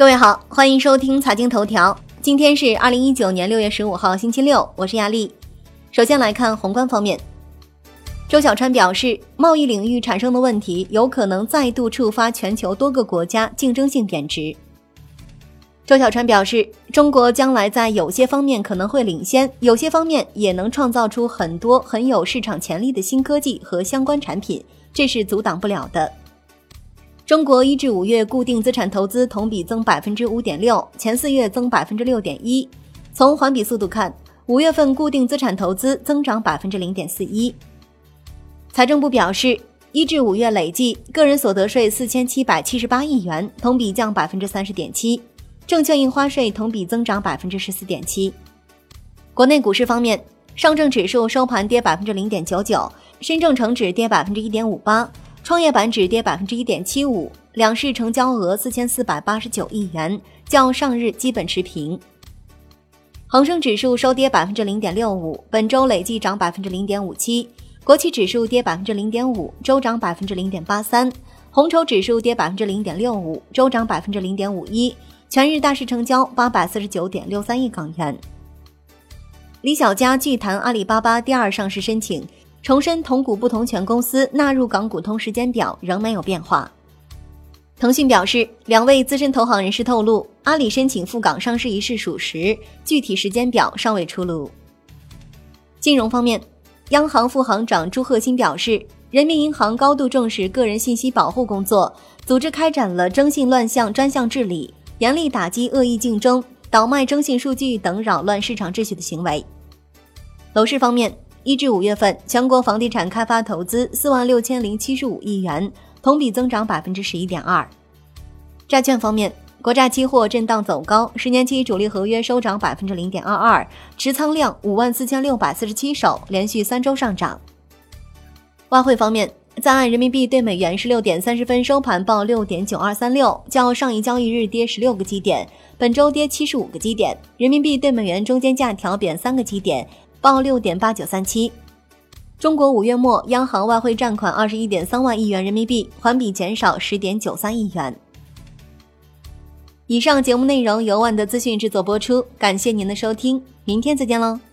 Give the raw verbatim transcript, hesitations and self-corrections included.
各位好，欢迎收听财经头条。今天是二零一九年六月十五号星期六，我是亚丽。首先来看宏观方面，周小川表示，贸易领域产生的问题有可能再度触发全球多个国家竞争性贬值。周小川表示，中国将来在有些方面可能会领先，有些方面也能创造出很多很有市场潜力的新科技和相关产品，这是阻挡不了的。中国一至五月固定资产投资同比增 百分之五点六， 前四月增 百分之六点一。 从环比速度看，五月份固定资产投资增长 百分之零点四一。 财政部表示，一至五月累计个人所得税四千七百七十八亿元，同比降 百分之三十点七， 证券印花税同比增长 百分之十四点七。 国内股市方面，上证指数收盘跌 百分之零点九九， 深证成指跌 百分之一点五八，创业板指跌 百分之一点七五， 两市成交额四千四百八十九亿元，较上日基本持平。恒生指数收跌 百分之零点六五， 本周累计涨 百分之零点五七， 国企指数跌 百分之零点五， 周涨 百分之零点八三， 红筹指数跌 百分之零点六五， 周涨 百分之零点五一， 全日大市成交 八百四十九点六三亿港元。李小加拒谈阿里巴巴第二上市申请，重申同股不同权公司纳入港股通时间表仍没有变化。腾讯表示，两位资深投行人士透露，阿里申请赴港上市一事属实，具体时间表尚未出炉。金融方面，央行副行长朱鹤新表示，人民银行高度重视个人信息保护工作，组织开展了征信乱象专项治理，严厉打击恶意竞争、倒卖征信数据等扰乱市场秩序的行为。楼市方面，一至五月份，全国房地产开发投资四万六千零七十五亿元，同比增长 百分之十一点二。债券方面，国债期货震荡走高，十年期主力合约收涨 百分之零点二二， 持仓量五万四千六百四十七手，连续三周上涨。外汇方面，在岸人民币对美元十六点三十分收盘报 六点九二三六， 较上一交易日跌十六个基点，本周跌七十五个基点，人民币对美元中间价调贬三个基点，报 六点八九三七。中国五月末央行外汇占款 二十一点三万亿元人民币，环比减少 十点九三亿元。以上节目内容由万德资讯制作播出，感谢您的收听，明天再见喽。